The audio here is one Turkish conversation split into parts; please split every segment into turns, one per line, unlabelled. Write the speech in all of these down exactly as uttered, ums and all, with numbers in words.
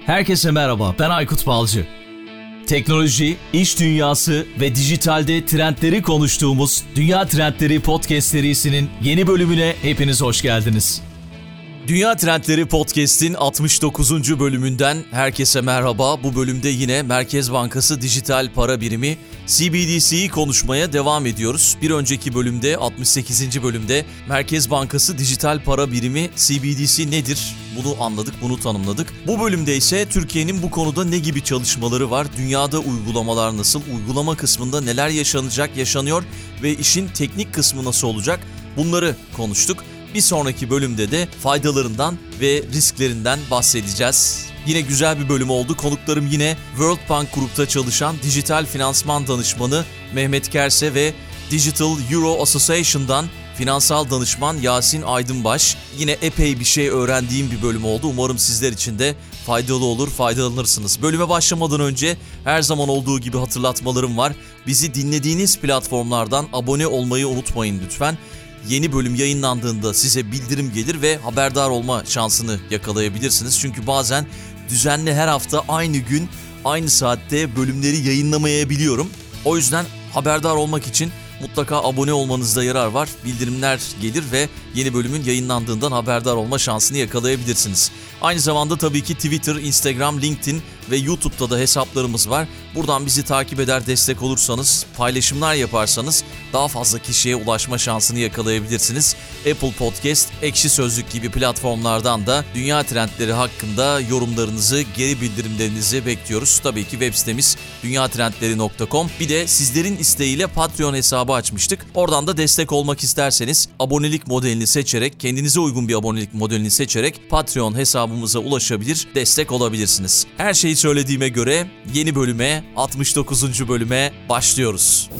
Herkese merhaba, ben Aykut Balcı. Teknoloji, iş dünyası ve dijitalde trendleri konuştuğumuz Dünya Trendleri Podcast serisinin yeni bölümüne hepiniz hoş geldiniz. Dünya Trendleri Podcast'in altmış dokuzuncu bölümünden herkese merhaba. Bu bölümde yine Merkez Bankası Dijital Para Birimi C B D C'yi konuşmaya devam ediyoruz. Bir önceki bölümde, altmış sekizinci bölümde Merkez Bankası Dijital Para Birimi C B D C nedir? Bunu anladık, bunu tanımladık. Bu bölümde ise Türkiye'nin bu konuda ne gibi çalışmaları var? Dünyada uygulamalar nasıl? Uygulama kısmında neler yaşanacak, yaşanıyor ve işin teknik kısmı nasıl olacak? Bunları konuştuk. Bir sonraki bölümde de faydalarından ve risklerinden bahsedeceğiz. Yine güzel bir bölüm oldu. Konuklarım yine World Bank Group'ta çalışan dijital finansman danışmanı Mehmet Kerse ve Digital Euro Association'dan finansal danışman Yasin Aydınbaş. Yine epey bir şey öğrendiğim bir bölüm oldu. Umarım sizler için de faydalı olur, faydalanırsınız. Bölüme başlamadan önce her zaman olduğu gibi hatırlatmalarım var. Bizi dinlediğiniz platformlardan abone olmayı unutmayın lütfen. Yeni bölüm yayınlandığında size bildirim gelir ve haberdar olma şansını yakalayabilirsiniz. Çünkü bazen düzenli her hafta aynı gün, aynı saatte bölümleri yayınlamayabiliyorum. O yüzden haberdar olmak için mutlaka abone olmanızda yarar var. Bildirimler gelir ve yeni bölümün yayınlandığından haberdar olma şansını yakalayabilirsiniz. Aynı zamanda tabii ki Twitter, Instagram, LinkedIn ve YouTube'da da hesaplarımız var. Buradan bizi takip eder, destek olursanız, paylaşımlar yaparsanız daha fazla kişiye ulaşma şansını yakalayabilirsiniz. Apple Podcast, Ekşi Sözlük gibi platformlardan da dünya trendleri hakkında yorumlarınızı, geri bildirimlerinizi bekliyoruz. Tabii ki web sitemiz dünya trendleri nokta com. Bir de sizlerin isteğiyle Patreon hesabı açmıştık. Oradan da destek olmak isterseniz abonelik modelini seçerek, kendinize uygun bir abonelik modelini seçerek Patreon hesabımıza ulaşabilir, destek olabilirsiniz. Her şeyi söylediğime göre yeni bölüme, altmış dokuzuncu bölüme başlıyoruz.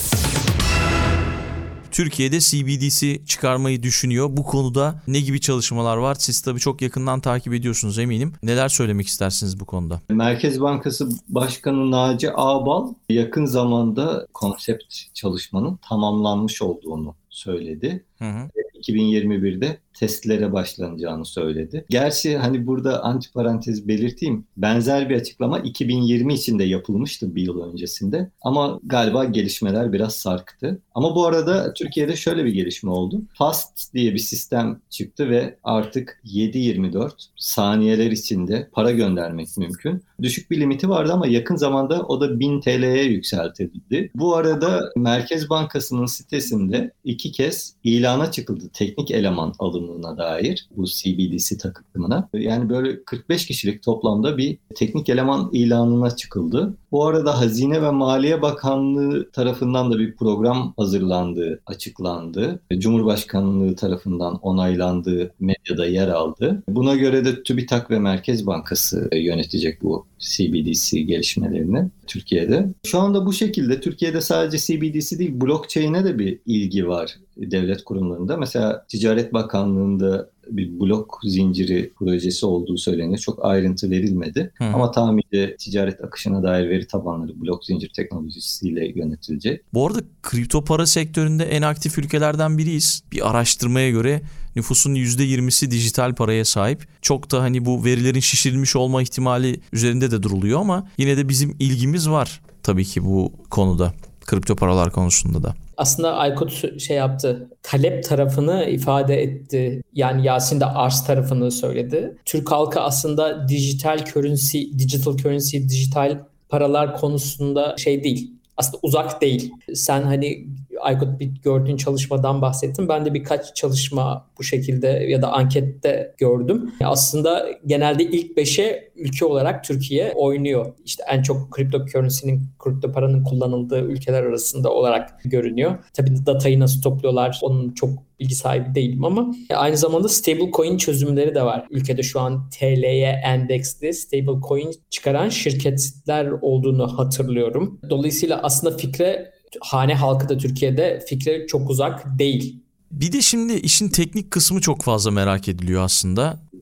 Türkiye'de C B D C çıkarmayı düşünüyor. Bu konuda ne gibi çalışmalar var? Siz tabii çok yakından takip ediyorsunuz eminim. Neler söylemek istersiniz bu konuda?
Merkez Bankası Başkanı Naci Ağbal yakın zamanda konsept çalışmanın tamamlanmış olduğunu söyledi. Hı hı. iki bin yirmi birde testlere başlanacağını söyledi. Gerçi hani burada antiparantez belirteyim. Benzer bir açıklama iki bin yirmi için de yapılmıştı bir yıl öncesinde. Ama galiba gelişmeler biraz sarktı. Ama bu arada Türkiye'de şöyle bir gelişme oldu. Fast diye bir sistem çıktı ve artık yedi yirmi dört saniyeler içinde para göndermek mümkün. Düşük bir limiti vardı ama yakın zamanda o da bin T L'ye yükseltildi. Bu arada Merkez Bankası'nın sitesinde iki kez ilana çıkıldı teknik eleman alımına dair bu C B D C takımına. Yani böyle kırk beş kişilik toplamda bir teknik eleman ilanına çıkıldı. Bu arada Hazine ve Maliye Bakanlığı tarafından da bir program hazırlandığı açıklandı. Cumhurbaşkanlığı tarafından onaylandığı medyada yer aldı. Buna göre de TÜBİTAK ve Merkez Bankası yönetecek bu C B D C gelişmelerini Türkiye'de. Şu anda bu şekilde Türkiye'de sadece C B D C değil, blockchain'e de bir ilgi var devlet kurumlarında. Mesela Ticaret Bakanlığı'nda bir blok zinciri projesi olduğu söyleniyor. Çok ayrıntı verilmedi. Hı. Ama tahminde ticaret akışına dair veri tabanları blok zincir teknolojisiyle yönetilecek.
Bu arada kripto para sektöründe en aktif ülkelerden biriyiz. Bir araştırmaya göre nüfusun yüzde yirmisi dijital paraya sahip. Çok da hani bu verilerin şişirilmiş olma ihtimali üzerinde de duruluyor ama yine de bizim ilgimiz var tabii ki bu konuda. Kripto paralar konusunda da.
Aslında Aykut şey yaptı, talep tarafını ifade etti. Yani Yasin de arz tarafını söyledi. Türk halkı aslında dijital currency, digital currency, dijital paralar konusunda şey değil. Aslında uzak değil. Sen hani Aykut bir gördüğün çalışmadan bahsettin. Ben de birkaç çalışma bu şekilde ya da ankette gördüm. Aslında genelde ilk beşe ülke olarak Türkiye oynuyor. İşte en çok kripto currency'nin, kripto paranın kullanıldığı ülkeler arasında olarak görünüyor. Tabii datayı nasıl topluyorlar onun çok bilgi sahibi değilim ama aynı zamanda stablecoin çözümleri de var. Ülkede şu an T L'ye endeksli stablecoin çıkaran şirketler olduğunu hatırlıyorum. Dolayısıyla aslında fikre, hane halkı da Türkiye'de fikre çok uzak değil.
Bir de şimdi işin teknik kısmı çok fazla merak ediliyor aslında.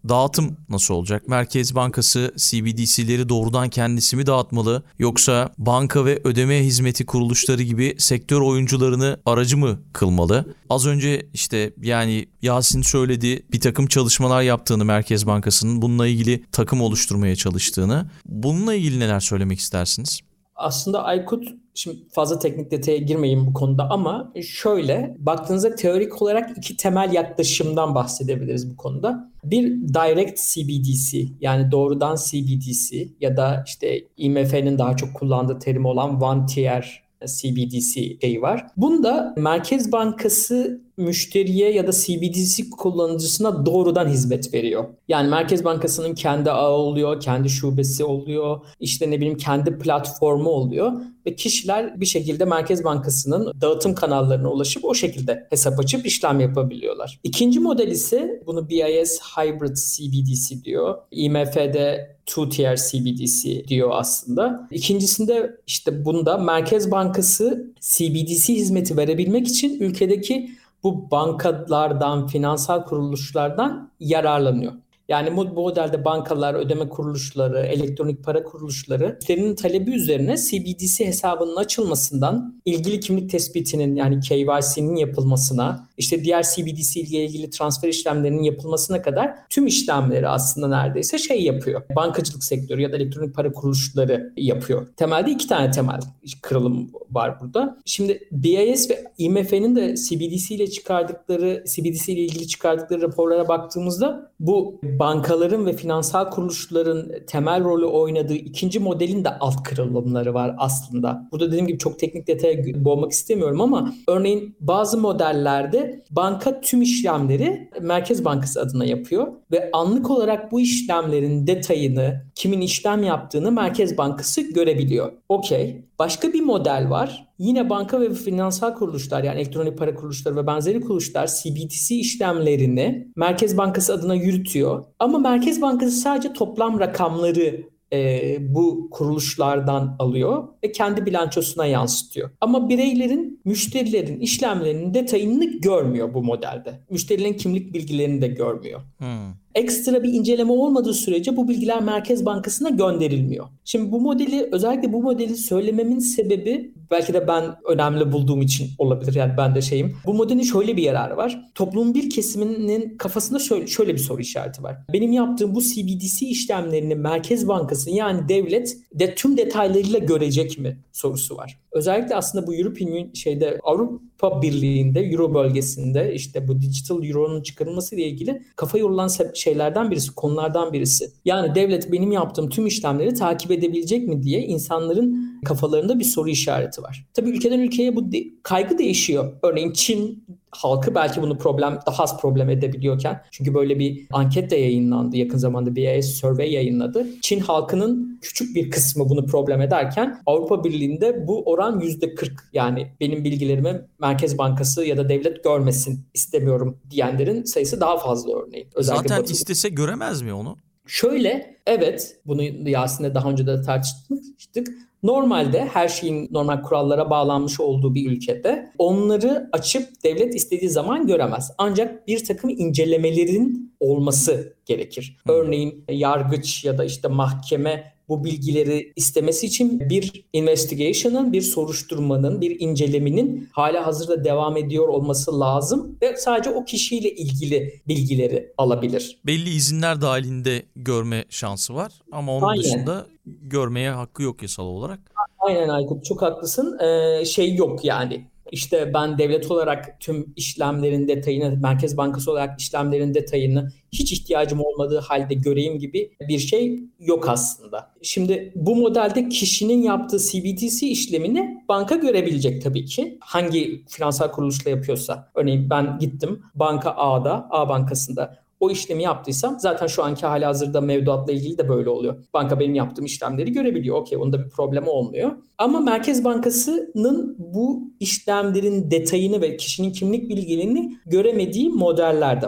dağıtım nasıl olacak? Merkez Bankası C B D C'leri doğrudan kendisi mi dağıtmalı? Yoksa banka ve ödeme hizmeti kuruluşları gibi sektör oyuncularını aracı mı kılmalı? Az önce işte yani Yasin söyledi, bir takım çalışmalar yaptığını Merkez Bankası'nın, bununla ilgili takım oluşturmaya çalıştığını. Bununla ilgili neler söylemek istersiniz?
Aslında Aykut, şimdi fazla teknik detaya girmeyeyim bu konuda ama şöyle baktığınızda teorik olarak iki temel yaklaşımdan bahsedebiliriz bu konuda. Bir direct C B D C, yani doğrudan C B D C ya da işte I M F'nin daha çok kullandığı terim olan one tier C B D C şeyi var. Bunda Merkez Bankası müşteriye ya da C B D C kullanıcısına doğrudan hizmet veriyor. Yani Merkez Bankası'nın kendi ağı oluyor, kendi şubesi oluyor, işte ne bileyim kendi platformu oluyor ve kişiler bir şekilde Merkez Bankası'nın dağıtım kanallarına ulaşıp o şekilde hesap açıp işlem yapabiliyorlar. İkinci model ise bunu B I S Hybrid C B D C diyor. I M F'de two tier C B D C diyor aslında. İkincisinde işte bunda Merkez Bankası C B D C hizmeti verebilmek için ülkedeki bu bankalardan, finansal kuruluşlardan yararlanıyor. Yani bu modelde bankalar, ödeme kuruluşları, elektronik para kuruluşları müşterinin talebi üzerine C B D C hesabının açılmasından ilgili kimlik tespitinin yani K Y C'nin yapılmasına, işte diğer C B D C ile ilgili transfer işlemlerinin yapılmasına kadar tüm işlemleri aslında neredeyse şey yapıyor. Bankacılık sektörü ya da elektronik para kuruluşları yapıyor. Temelde iki tane temel kırılım var burada. Şimdi B I S ve I M F'nin de C B D C ile çıkardıkları, C B D C ile ilgili çıkardıkları raporlara baktığımızda bu bankaların ve finansal kuruluşların temel rolü oynadığı ikinci modelin de alt kırılımları var aslında. Burada dediğim gibi çok teknik detaya boğmak istemiyorum ama örneğin bazı modellerde banka tüm işlemleri Merkez Bankası adına yapıyor ve anlık olarak bu işlemlerin detayını, kimin işlem yaptığını Merkez Bankası görebiliyor. Okey. Başka bir model var. Yine banka ve finansal kuruluşlar yani elektronik para kuruluşları ve benzeri kuruluşlar C B D C işlemlerini Merkez Bankası adına yürütüyor. Ama Merkez Bankası sadece toplam rakamları e, bu kuruluşlardan alıyor ve kendi bilançosuna yansıtıyor. Ama bireylerin, müşterilerin işlemlerinin detayını görmüyor bu modelde. Müşterilerin kimlik bilgilerini de görmüyor. Hmm. Ekstra bir inceleme olmadığı sürece bu bilgiler Merkez Bankası'na gönderilmiyor. Şimdi bu modeli, özellikle bu modeli söylememin sebebi belki de ben önemli bulduğum için olabilir. Yani ben de şeyim. Bu modelin şöyle bir yararı var. Toplumun bir kesiminin kafasında şöyle, şöyle bir soru işareti var. Benim yaptığım bu C B D C işlemlerini Merkez Bankası yani devlet de tüm detaylarıyla görecek mi sorusu var. Özellikle aslında bu European şeyde Avrupa Birliği'nde, Euro bölgesinde işte bu Digital Euro'nun çıkarılması ile ilgili kafa yorulan şeylerden birisi, konulardan birisi. Yani devlet benim yaptığım tüm işlemleri takip edebilecek mi diye insanların kafalarında bir soru işareti var. Tabii ülkeden ülkeye bu de- kaygı değişiyor. Örneğin Çin halkı belki bunu problem daha az problem edebiliyorken, çünkü böyle bir anket de yayınlandı yakın zamanda, B I S Survey yayınladı. Çin halkının küçük bir kısmı bunu problem ederken Avrupa Birliği'nde bu oran yüzde kırk, yani benim bilgilerimi Merkez Bankası ya da devlet görmesin istemiyorum diyenlerin sayısı daha fazla örneğin. Özellikle
zaten
Batı...
istese göremez mi onu?
Şöyle, evet, bunu Yasin'le daha önce de tartıştık. Normalde her şeyin normal kurallara bağlanmış olduğu bir ülkede onları açıp devlet istediği zaman göremez. Ancak bir takım incelemelerin olması gerekir. Hmm. Örneğin yargıç ya da işte mahkeme bu bilgileri istemesi için bir investigation'ın, bir soruşturmanın, bir incelemenin hala hazırda devam ediyor olması lazım ve sadece o kişiyle ilgili bilgileri alabilir.
Belli izinler dahilinde görme şansı var ama onun Aynen. dışında görmeye hakkı yok yasal olarak.
Aynen Aykut, çok haklısın. Ee, şey yok yani. İşte ben devlet olarak tüm işlemlerin detayını, Merkez Bankası olarak işlemlerin detayını hiç ihtiyacım olmadığı halde göreyim gibi bir şey yok aslında. Şimdi bu modelde kişinin yaptığı C B D C işlemini banka görebilecek tabii ki. Hangi finansal kuruluşla yapıyorsa. Örneğin ben gittim banka A'da, A bankasında o işlemi yaptıysam, zaten şu anki halihazırda mevduatla ilgili de böyle oluyor. Banka benim yaptığım işlemleri görebiliyor. Okey, onda bir problem olmuyor. Ama Merkez Bankası'nın bu işlemlerin detayını ve kişinin kimlik bilgilerini göremediği modeller de var.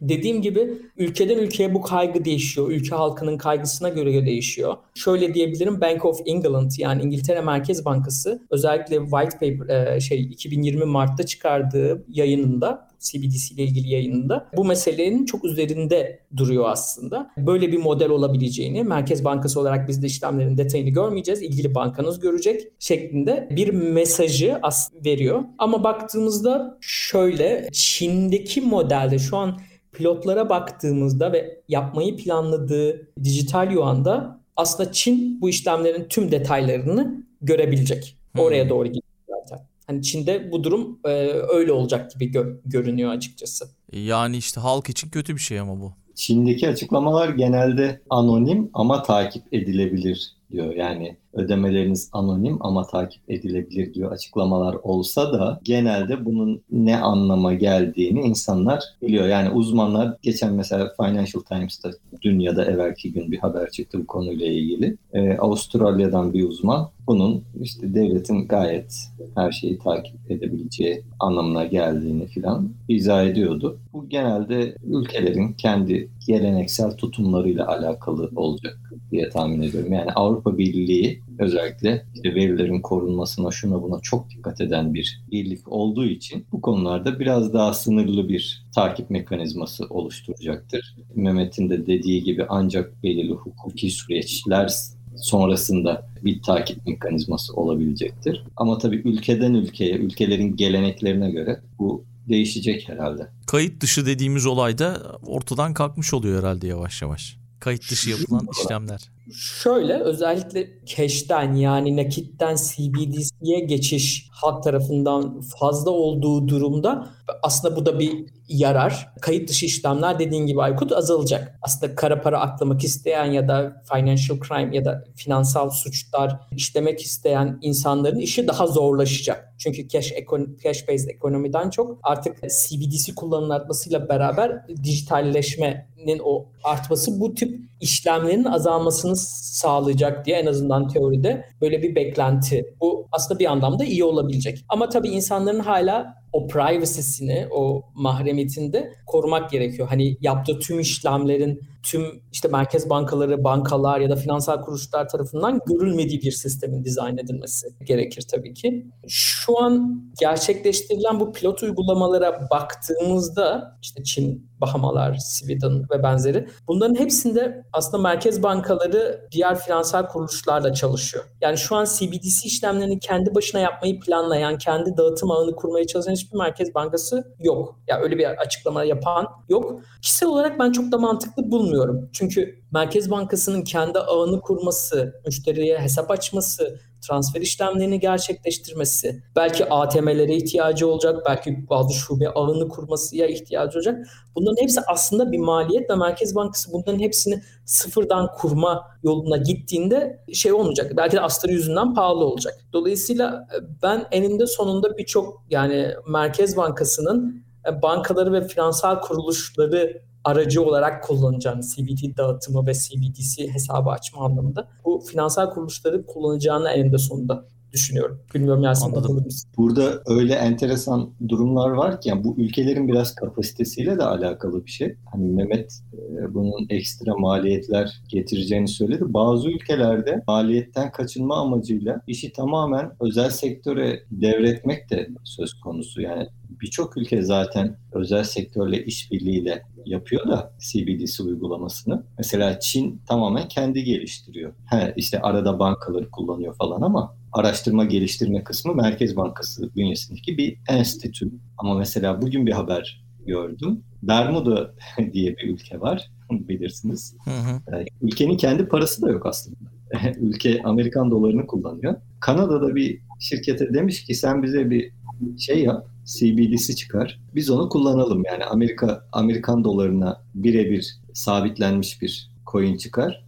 Dediğim gibi ülkeden ülkeye bu kaygı değişiyor. Ülke halkının kaygısına göre değişiyor. Şöyle diyebilirim, Bank of England yani İngiltere Merkez Bankası özellikle White Paper şey iki bin yirmi Mart'ta çıkardığı yayınında, C B D C ile ilgili yayınında bu meselenin çok üzerinde duruyor aslında. Böyle bir model olabileceğini, Merkez Bankası olarak biz de işlemlerin detayını görmeyeceğiz, ilgili bankanız görecek şeklinde bir mesajı veriyor. Ama baktığımızda şöyle, Çin'deki modelde şu an pilotlara baktığımızda ve yapmayı planladığı dijital yuanda aslında Çin bu işlemlerin tüm detaylarını görebilecek. Oraya doğru gidiyor zaten. Hani Çin'de bu durum e, öyle olacak gibi gö- görünüyor açıkçası.
Yani işte halk için kötü bir şey ama bu.
Çin'deki açıklamalar genelde anonim ama takip edilebilir diyor. Yani ödemeleriniz anonim ama takip edilebilir diyor açıklamalar olsa da genelde bunun ne anlama geldiğini insanlar biliyor. Yani uzmanlar, geçen mesela Financial Times'ta dün ya da evvelki gün bir haber çıktı bu konuyla ilgili. Ee, Avustralya'dan bir uzman bunun işte devletin gayet her şeyi takip edebileceği anlamına geldiğini filan izah ediyordu. Bu genelde ülkelerin kendi geleneksel tutumlarıyla alakalı olacak diye tahmin ediyorum. Yani Avrupa Birliği özellikle işte verilerin korunmasına, şuna buna çok dikkat eden bir birlik olduğu için bu konularda biraz daha sınırlı bir takip mekanizması oluşturacaktır. Mehmet'in de dediği gibi ancak belirli hukuki süreçler sonrasında bir takip mekanizması olabilecektir. Ama tabii ülkeden ülkeye, ülkelerin geleneklerine göre bu değişecek herhalde.
Kayıt dışı dediğimiz olay da ortadan kalkmış oluyor herhalde yavaş yavaş. Kayıt dışı yapılan işlemler.
Şöyle, özellikle cash'ten yani nakitten C B D C'ye geçiş halk tarafından fazla olduğu durumda aslında bu da bir yarar. Kayıt dışı işlemler dediğin gibi Aykut azalacak. Aslında kara para aklamak isteyen ya da financial crime ya da finansal suçlar işlemek isteyen insanların işi daha zorlaşacak. Çünkü cash, cash based ekonomiden çok artık C B D C kullanımının artmasıyla beraber dijitalleşmenin o artması bu tip işlemlerin azalmasını sağlayacak diye en azından teoride böyle bir beklenti. Bu aslında bir anlamda iyi olabilecek. Ama tabii insanların hala o privacy'sini, o mahremiyetini de korumak gerekiyor. Hani yaptığı tüm işlemlerin tüm işte merkez bankaları, bankalar ya da finansal kuruluşlar tarafından görülmediği bir sistemin dizayn edilmesi gerekir tabii ki. Şu an gerçekleştirilen bu pilot uygulamalara baktığımızda işte Çin, Bahamalar, Sweden ve benzeri bunların hepsinde aslında merkez bankaları diğer finansal kuruluşlarla çalışıyor. Yani şu an C B D C işlemlerini kendi başına yapmayı planlayan, kendi dağıtım ağını kurmaya çalışan hiçbir merkez bankası yok. Ya yani öyle bir açıklama yapan yok. Kişisel olarak ben çok da mantıklı bulmuyorum. Çünkü Merkez Bankası'nın kendi ağını kurması, müşteriye hesap açması, transfer işlemlerini gerçekleştirmesi, belki A T M'lere ihtiyacı olacak, belki bazı şube ağını kurmasıya ihtiyacı olacak. Bunların hepsi aslında bir maliyet ve Merkez Bankası bunların hepsini sıfırdan kurma yoluna gittiğinde şey olmayacak. Belki de astarı yüzünden pahalı olacak. Dolayısıyla ben eninde sonunda birçok yani Merkez Bankası'nın bankaları ve finansal kuruluşları aracı olarak kullanacağını, C B D dağıtımı ve C B D C hesabı açma anlamında bu finansal kuruluşları kullanacağını eninde sonunda düşünüyorum. Bilmiyorum yani sen katılır mısın?
Burada öyle enteresan durumlar var ki yani bu ülkelerin biraz kapasitesiyle de alakalı bir şey. Hani Mehmet e, bunun ekstra maliyetler getireceğini söyledi. Bazı ülkelerde maliyetten kaçınma amacıyla işi tamamen özel sektöre devretmek de söz konusu. Yani birçok ülke zaten özel sektörle işbirliğiyle yapıyor da C B D C uygulamasını. Mesela Çin tamamen kendi geliştiriyor. He, işte arada bankaları kullanıyor falan ama araştırma geliştirme kısmı Merkez Bankası bünyesindeki bir enstitü. Ama mesela bugün bir haber gördüm. Bermuda diye bir ülke var bilirsiniz. Hı hı. Ülkenin kendi parası da yok aslında. Ülke Amerikan dolarını kullanıyor. Kanada'da bir şirkete demiş ki sen bize bir şey yap, C B D C çıkar. Biz onu kullanalım. Yani Amerika Amerikan dolarına birebir sabitlenmiş bir coin çıkar.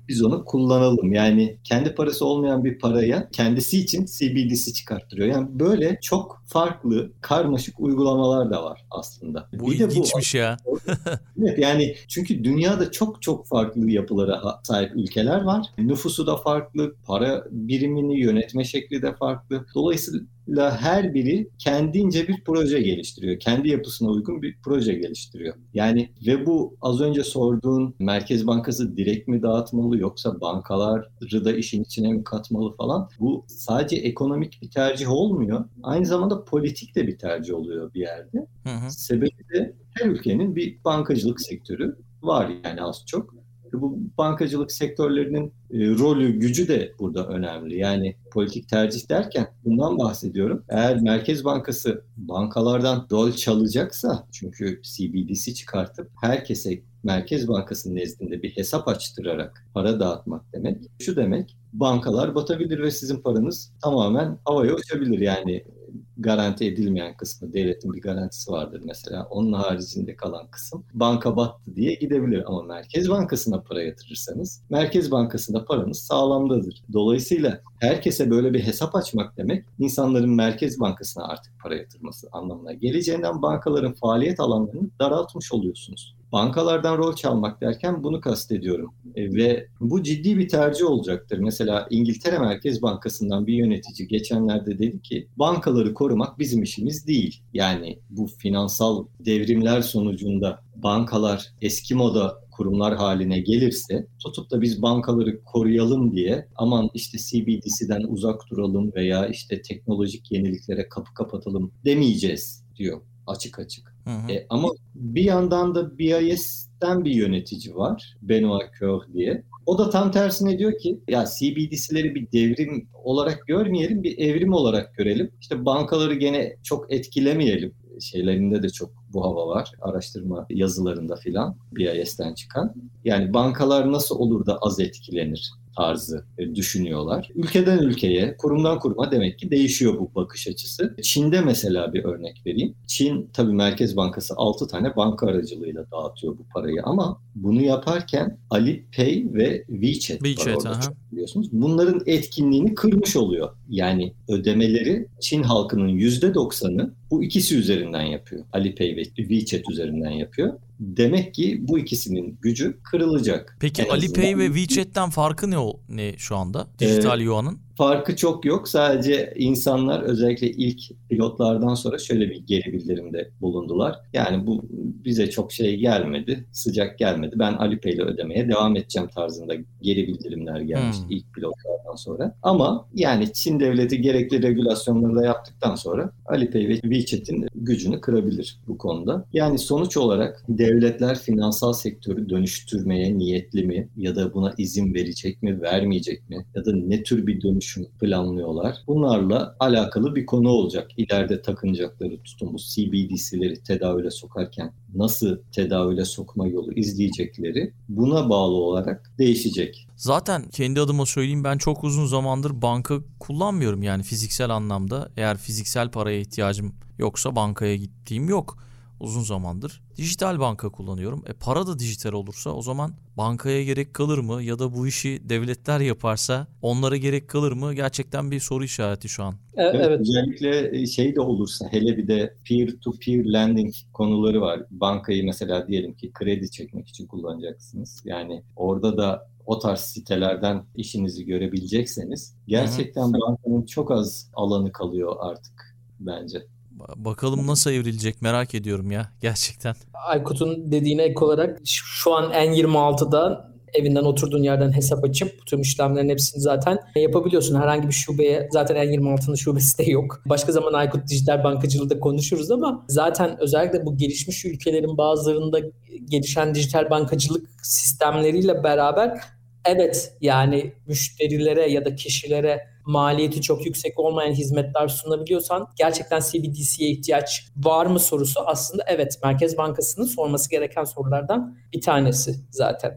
biz onu kullanalım. Yani kendi parası olmayan bir paraya kendisi için C B D C çıkarttırıyor. Yani böyle çok farklı karmaşık uygulamalar da var aslında.
Bu
bir de
ilginçmiş
bu,
ya.
Evet, yani çünkü dünyada çok çok farklı yapılara sahip ülkeler var. Nüfusu da farklı, para birimini yönetme şekli de farklı. Dolayısıyla her biri kendince bir proje geliştiriyor. Kendi yapısına uygun bir proje geliştiriyor. Yani ve bu az önce sorduğun Merkez Bankası direkt mi dağıtmalı yoksa bankaları da işin içine mi katmalı falan. Bu sadece ekonomik bir tercih olmuyor. Aynı zamanda politik de bir tercih oluyor bir yerde. Hı hı. Sebebi de her ülkenin bir bankacılık sektörü var yani az çok. Bu bankacılık sektörlerinin e, rolü, gücü de burada önemli. Yani politik tercih derken bundan bahsediyorum. Eğer Merkez Bankası bankalardan rol çalacaksa, çünkü C B D C çıkartıp herkese Merkez Bankası'nın nezdinde bir hesap açtırarak para dağıtmak demek. Şu demek, bankalar batabilir ve sizin paranız tamamen havaya uçabilir. Yani garanti edilmeyen kısmı, devletin bir garantisi vardır mesela. Onun haricinde kalan kısım banka battı diye gidebilir. Ama Merkez Bankası'na para yatırırsanız Merkez Bankası'nda paranız sağlamdadır. Dolayısıyla herkese böyle bir hesap açmak demek insanların Merkez Bankası'na artık para yatırması anlamına geleceğinden bankaların faaliyet alanlarını daraltmış oluyorsunuz. Bankalardan rol çalmak derken bunu kastediyorum. E, ve bu ciddi bir tercih olacaktır. Mesela İngiltere Merkez Bankası'ndan bir yönetici geçenlerde dedi ki bankaları korumak bizim işimiz değil. Yani bu finansal devrimler sonucunda bankalar eski moda kurumlar haline gelirse tutup da biz bankaları koruyalım diye aman işte C B D C'den uzak duralım veya işte teknolojik yeniliklere kapı kapatalım demeyeceğiz diyor açık açık. Hı hı. E, ama bir yandan da B I S'ten bir yönetici var, Benoît Cœur diye. O da tam tersine diyor ki ya C B D C'leri bir devrim olarak görmeyelim, bir evrim olarak görelim. İşte bankaları gene çok etkilemeyelim. Şeylerinde de çok bu hava var. Araştırma yazılarında filan B I S'ten çıkan. Yani bankalar nasıl olur da az etkilenir tarzı düşünüyorlar. Ülkeden ülkeye, kurumdan kuruma demek ki değişiyor bu bakış açısı. Çin'de mesela bir örnek vereyim. Çin tabii Merkez Bankası altı tane banka aracılığıyla dağıtıyor bu parayı ama bunu yaparken Alipay ve WeChat,
WeChat
var orada biliyorsunuz. Bunların etkinliğini kırmış oluyor. Yani ödemeleri Çin halkının yüzde doksanı bu ikisi üzerinden yapıyor. Alipay ve WeChat üzerinden yapıyor. Demek ki bu ikisinin gücü kırılacak.
Peki Alipay ve WeChat'ten farkı ne o ne şu anda? Dijital ee, Yuan'ın?
Farkı çok yok. Sadece insanlar özellikle ilk pilotlardan sonra şöyle bir geri bildirimde bulundular. Yani bu bize çok şey gelmedi, sıcak gelmedi. Ben Alipay ile ödemeye devam edeceğim tarzında geri bildirimler gelmiş hmm. ilk pilotlardan sonra. Ama yani Çin devleti gerekli regülasyonları da yaptıktan sonra Alipay ve WeChat'in gücünü kırabilir bu konuda. Yani sonuç olarak devletler finansal sektörü dönüştürmeye niyetli mi ya da buna izin verecek mi, vermeyecek mi ya da ne tür bir dönüşüm planlıyorlar. Bunlarla alakalı bir konu olacak. İleride takınacakları tutum, bu C B D C'leri tedavüle sokarken nasıl tedavüle sokma yolu izleyecekleri buna bağlı olarak değişecek.
Zaten kendi adıma söyleyeyim, ben çok uzun zamandır banka kullanmıyorum yani fiziksel anlamda. Eğer fiziksel paraya ihtiyacım yoksa bankaya gittiğim yok. Uzun zamandır dijital banka kullanıyorum. E para da dijital olursa o zaman bankaya gerek kalır mı? Ya da bu işi devletler yaparsa onlara gerek kalır mı? Gerçekten bir soru işareti şu an.
Evet, evet. Özellikle şey de olursa, hele bir de peer to peer lending konuları var. Bankayı mesela diyelim ki kredi çekmek için kullanacaksınız. Yani orada da o tarz sitelerden işinizi görebilecekseniz gerçekten Hı-hı. bankanın çok az alanı kalıyor artık bence.
Bakalım nasıl evrilecek, merak ediyorum ya gerçekten.
Aykut'un dediğine ek olarak şu an N yirmi altıda evinden oturduğun yerden hesap açıp tüm işlemlerin hepsini zaten yapabiliyorsun. Herhangi bir şubeye, zaten N yirmi altının şubesi de yok. Başka zaman Aykut dijital bankacılığı da konuşuruz ama zaten özellikle bu gelişmiş ülkelerin bazılarında gelişen dijital bankacılık sistemleriyle beraber evet yani müşterilere ya da kişilere maliyeti çok yüksek olmayan hizmetler sunabiliyorsan gerçekten C B D C'ye ihtiyaç var mı sorusu aslında evet Merkez Bankası'nın sorması gereken sorulardan bir tanesi zaten.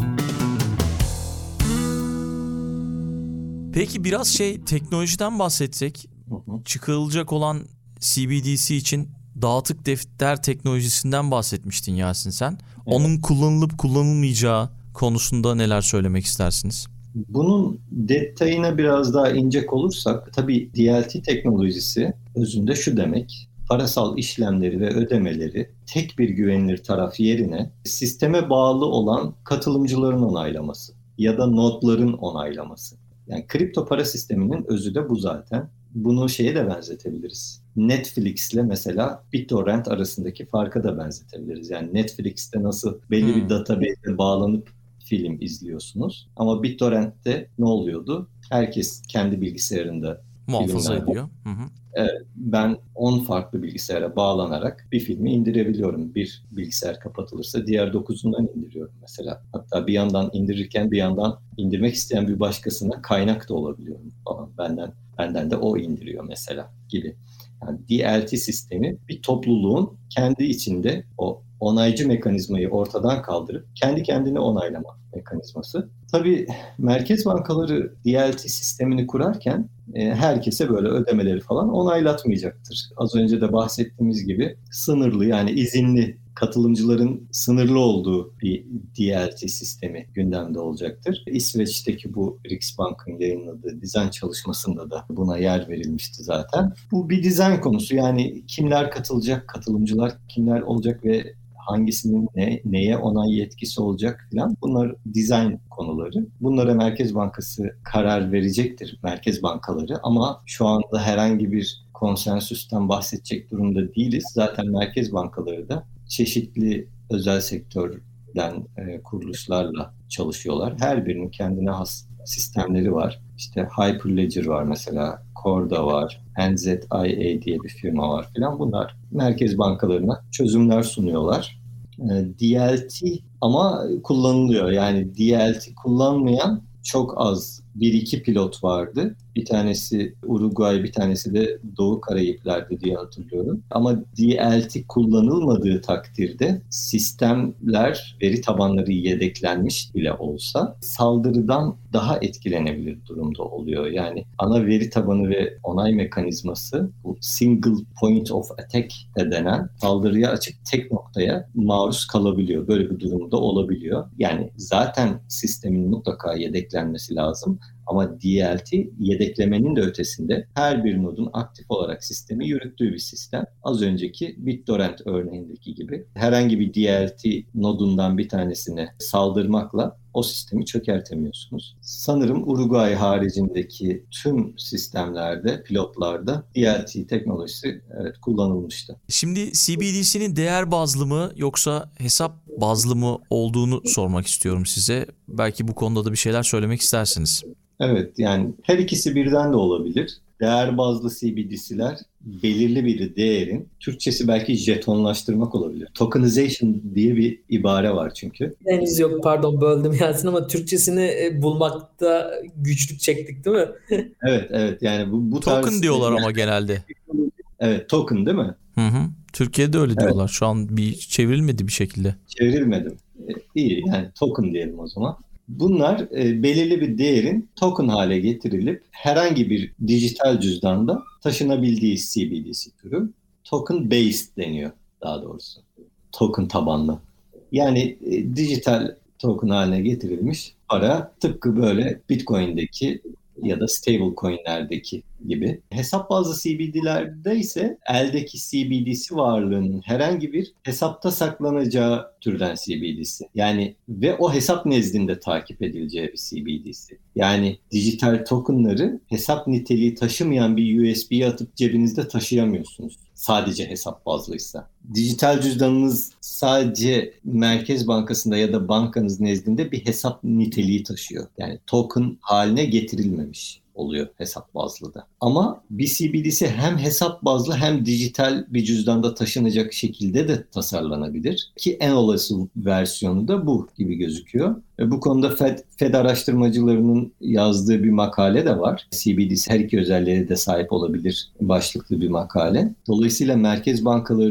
Peki biraz şey teknolojiden bahsetsek.
Hı hı.
Çıkarılacak olan C B D C için dağıtık defter teknolojisinden bahsetmiştin Yasin sen. Evet. Onun kullanılıp kullanılmayacağı konusunda neler söylemek istersiniz?
Bunun detayına biraz daha inecek olursak, tabii D L T teknolojisi özünde şu demek: parasal işlemleri ve ödemeleri tek bir güvenilir taraf yerine sisteme bağlı olan katılımcıların onaylaması ya da nodların onaylaması. Yani kripto para sisteminin özü de bu zaten. Bunu şeye de benzetebiliriz. Netflix ile mesela BitTorrent arasındaki farka da benzetebiliriz. Yani Netflix'te nasıl belli bir database'e bağlanıp film izliyorsunuz, ama BitTorrent'te ne oluyordu? Herkes kendi bilgisayarında
muhafaza ediyor. Hı hı.
Evet, ben on farklı bilgisayara bağlanarak bir filmi indirebiliyorum. Bir bilgisayar kapatılırsa diğer dokuzundan indiriyorum mesela. Hatta bir yandan indirirken bir yandan indirmek isteyen bir başkasına kaynak da olabiliyorum falan. Benden benden de o indiriyor mesela gibi. Yani D L T sistemi bir topluluğun kendi içinde o onaycı mekanizmayı ortadan kaldırıp kendi kendine onaylama mekanizması. Tabii merkez bankaları D L T sistemini kurarken e, herkese böyle ödemeleri falan onaylatmayacaktır. Az önce de bahsettiğimiz gibi sınırlı, yani izinli katılımcıların sınırlı olduğu bir D L T sistemi gündemde olacaktır. İsveç'teki bu Riksbank'ın yayınladığı dizayn çalışmasında da buna yer verilmişti zaten. Bu bir dizayn konusu, yani kimler katılacak, katılımcılar kimler olacak ve hangisinin ne, neye onay yetkisi olacak filan, bunlar dizayn konuları. Bunlara Merkez Bankası karar verecektir, merkez bankaları, ama şu anda herhangi bir konsensüsten bahsedecek durumda değiliz. Zaten merkez bankaları da çeşitli özel sektörden e, kuruluşlarla çalışıyorlar. Her birinin kendine has sistemleri var. İşte Hyperledger var mesela, Corda var, N Z I A diye bir firma var filan. Bunlar merkez bankalarına çözümler sunuyorlar. E, D L T ama kullanılıyor. Yani D L T kullanmayan çok az bir iki pilot vardı. Bir tanesi Uruguay, bir tanesi de Doğu Karayipler'de diye hatırlıyorum. Ama D L T kullanılmadığı takdirde sistemler, veri tabanları yedeklenmiş bile olsa saldırıdan daha etkilenebilir durumda oluyor. Yani ana veri tabanı ve onay mekanizması, bu single point of attack de denen, saldırıya açık tek noktaya maruz kalabiliyor. Böyle bir durumda olabiliyor. Yani zaten sistemin mutlaka yedeklenmesi lazım. Ama D L T yedeklemenin de ötesinde her bir nodun aktif olarak sistemi yürüttüğü bir sistem. Az önceki BitTorrent örneğindeki gibi herhangi bir D L T nodundan bir tanesine saldırmakla o sistemi çökertemiyorsunuz. Sanırım Uruguay haricindeki tüm sistemlerde, pilotlarda D L T teknolojisi evet kullanılmıştı.
Şimdi C B D C'nin değer bazlı mı yoksa hesap bazlı mı olduğunu sormak istiyorum size. Belki bu konuda da bir şeyler söylemek istersiniz.
Evet, yani her ikisi birden de olabilir. Değer bazlı C B D C'ler belirli bir değerin, Türkçesi belki jetonlaştırmak olabilir. Tokenization diye bir ibare var çünkü.
Henüz yok, pardon böldüm Yasin, ama Türkçesini bulmakta güçlük çektik değil mi?
Evet, evet, yani bu, bu tarz...
Token diyorlar
yani,
ama genelde.
Evet, token değil mi?
Hı hı. Türkiye'de öyle
evet.
diyorlar. Şu an bir çevrilmedi bir şekilde.
Çevrilmedim. Ee, iyi, yani token diyelim o zaman. Bunlar e, belirli bir değerin token hale getirilip herhangi bir dijital cüzdanda taşınabildiği C B D C türü. Token based deniyor daha doğrusu. Token tabanlı. Yani e, dijital token haline getirilmiş para, tıpkı böyle Bitcoin'deki ya da stable coin'lerdeki gibi. Hesap bazlı C B D'lerde ise eldeki C B D C varlığının herhangi bir hesapta saklanacağı türden C B D C. Yani ve o hesap nezdinde takip edileceği bir C B D C. Yani dijital tokenları hesap niteliği taşımayan bir U S B'ye atıp cebinizde taşıyamıyorsunuz. Sadece hesap bazlıysa. Dijital cüzdanınız sadece Merkez Bankası'nda ya da bankanız nezdinde bir hesap niteliği taşıyor. Yani token haline getirilmemiş oluyor hesap bazlı da. Ama bir C B D C hem hesap bazlı hem dijital bir cüzdanda taşınacak şekilde de tasarlanabilir. Ki en olası versiyonu da bu gibi gözüküyor. Ve bu konuda Fed, Fed araştırmacılarının yazdığı bir makale de var. C B D C her iki özelliğe de sahip olabilir başlıklı bir makale. Dolayısıyla merkez bankalarının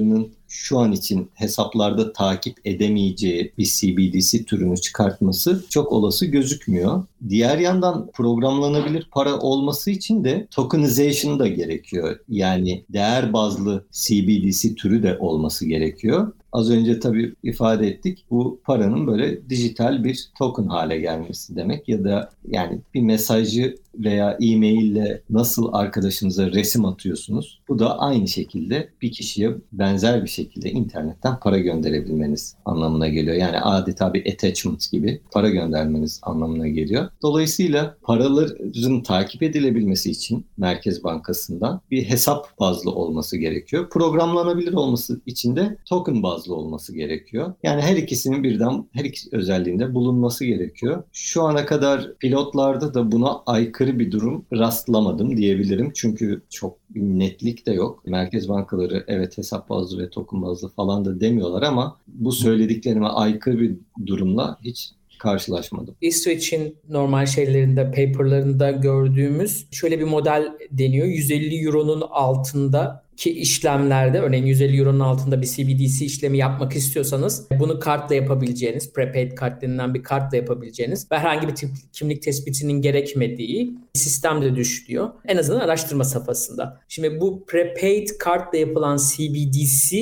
şu an için hesaplarda takip edemeyeceği bir C B D C türünü çıkartması çok olası gözükmüyor. Diğer yandan programlanabilir para olması için de tokenization da gerekiyor. Yani değer bazlı C B D C türü de olması gerekiyor. Az önce tabii ifade ettik. Bu paranın böyle dijital bir token hale gelmesi demek ya da yani bir mesajı veya e-maille nasıl arkadaşınıza resim atıyorsunuz? Bu da aynı şekilde bir kişiye benzer bir şekilde internetten para gönderebilmeniz anlamına geliyor. Yani adeta bir attachment gibi para göndermeniz anlamına geliyor. Dolayısıyla paraların takip edilebilmesi için Merkez Bankası'ndan bir hesap bazlı olması gerekiyor. Programlanabilir olması için de token bazlı olması gerekiyor. Yani her ikisinin birden her iki özelliğinde bulunması gerekiyor. Şu ana kadar pilotlarda da buna aykırı bir durum rastlamadım diyebilirim. Çünkü çok netlik de yok. Merkez bankaları evet hesap bazlı ve token bazlı falan da demiyorlar ama bu söylediklerime aykırı bir durumla hiç karşılaşmadım.
İsveç'in normal şeylerinde, paperlarında gördüğümüz şöyle bir model deniyor. yüz elli euronun altında ki işlemlerde, örneğin yüz elli euronun altında bir C B D C işlemi yapmak istiyorsanız bunu kartla yapabileceğiniz, prepaid kart denilen bir kartla yapabileceğiniz ve herhangi bir tip, kimlik tespitinin gerekmediği sistemde düşüyor. En azından araştırma safhasında. Şimdi bu prepaid kartla yapılan C B D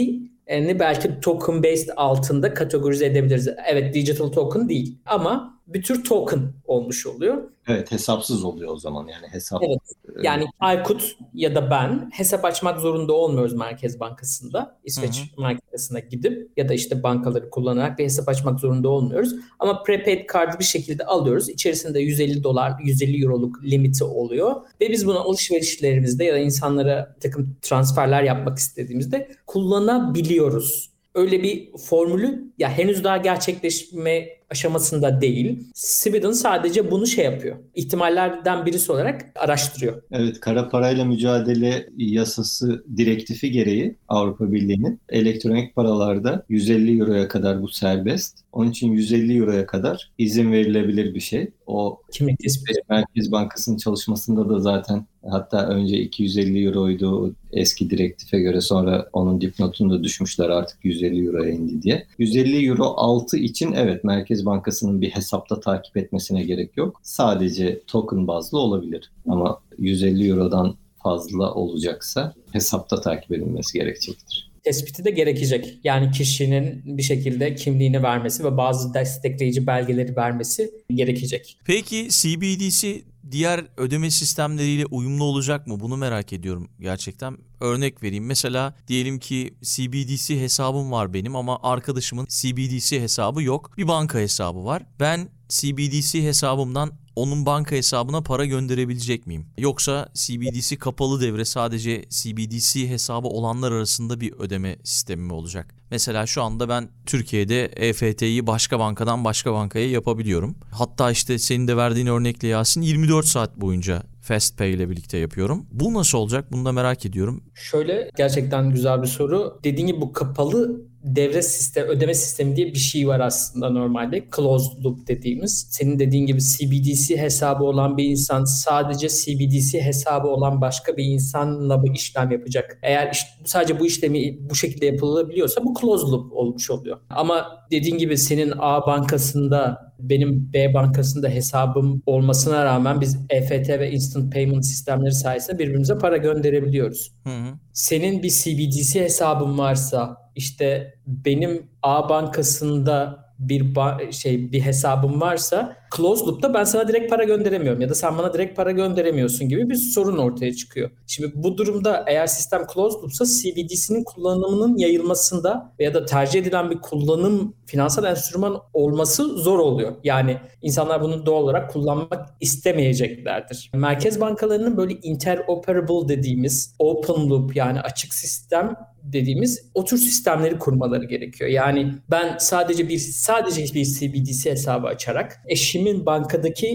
C'ni belki token based altında kategorize edebiliriz. Evet, digital token değil ama bir tür token olmuş oluyor.
Evet, hesapsız oluyor o zaman yani hesap.
Evet. Yani Aykut ya da ben hesap açmak zorunda olmuyoruz Merkez Bankası'nda. İsveç hı hı. Bankası'na gidip ya da işte bankaları kullanarak bir hesap açmak zorunda olmuyoruz. Ama prepaid kartı bir şekilde alıyoruz. İçerisinde yüz elli dolar, yüz elli euroluk limiti oluyor. Ve biz bunu alışverişlerimizde ya da insanlara bir takım transferler yapmak istediğimizde kullanabiliyoruz. Öyle bir formülü ya henüz daha gerçekleşme aşamasında değil. Sweden sadece bunu şey yapıyor. İhtimallerden birisi olarak araştırıyor.
Evet, kara parayla mücadele yasası direktifi gereği Avrupa Birliği'nin elektronik paralarda yüz elli euroya kadar bu serbest. Onun için yüz elli euroya kadar izin verilebilir bir şey. O
kimlik tespiti.
Merkez Bankası'nın çalışmasında da zaten hatta önce iki yüz elli euroydu eski direktife göre, sonra onun dipnotunu da düşmüşler artık yüz elli euroya indi diye. yüz elli euro altı için evet Merkez Bankası'nın bir hesapta takip etmesine gerek yok. Sadece token bazlı olabilir. Ama yüz elli eurodan fazla olacaksa hesapta takip edilmesi gerekecektir.
Tespiti de gerekecek. Yani kişinin bir şekilde kimliğini vermesi ve bazı destekleyici belgeleri vermesi gerekecek.
Peki C B D C diğer ödeme sistemleriyle uyumlu olacak mı? Bunu merak ediyorum gerçekten. Örnek vereyim. Mesela diyelim ki C B D C hesabım var benim ama arkadaşımın C B D C hesabı yok. Bir banka hesabı var. Ben C B D C hesabımdan onun banka hesabına para gönderebilecek miyim? Yoksa C B D C kapalı devre, sadece C B D C hesabı olanlar arasında bir ödeme sistemi mi olacak? Mesela şu anda ben Türkiye'de E F T'yi başka bankadan başka bankaya yapabiliyorum. Hatta işte senin de verdiğin örnekle Yasin yirmi dört saat boyunca FastPay ile birlikte yapıyorum. Bu nasıl olacak? Bunu da merak ediyorum.
Şöyle, gerçekten güzel bir soru. Dediğin gibi bu kapalı devre sistemi, ödeme sistemi diye bir şey var aslında normalde. Closed loop dediğimiz. Senin dediğin gibi C B D C hesabı olan bir insan sadece C B D C hesabı olan başka bir insanla bir işlem yapacak. Eğer işte sadece bu işlemi bu şekilde yapılabiliyorsa bu closed loop olmuş oluyor. Ama dediğin gibi senin A bankasında, benim B bankasında hesabım olmasına rağmen biz E F T ve Instant Payment sistemleri sayesinde birbirimize para gönderebiliyoruz. Hı hı. Senin bir C B D C hesabın varsa, işte benim A bankasında bir ba- şey bir hesabım varsa closed loop'ta ben sana direkt para gönderemiyorum ya da sen bana direkt para gönderemiyorsun gibi bir sorun ortaya çıkıyor. Şimdi bu durumda eğer sistem closed loop'sa C B D C'nin kullanımının yayılmasında ya da tercih edilen bir kullanım, finansal enstrüman olması zor oluyor. Yani insanlar bunu doğal olarak kullanmak istemeyeceklerdir. Merkez bankalarının böyle interoperable dediğimiz open loop, yani açık sistem dediğimiz o tür sistemleri kurmaları gerekiyor. Yani ben sadece bir sadece bir C B D C hesabı açarak eşimin bankadaki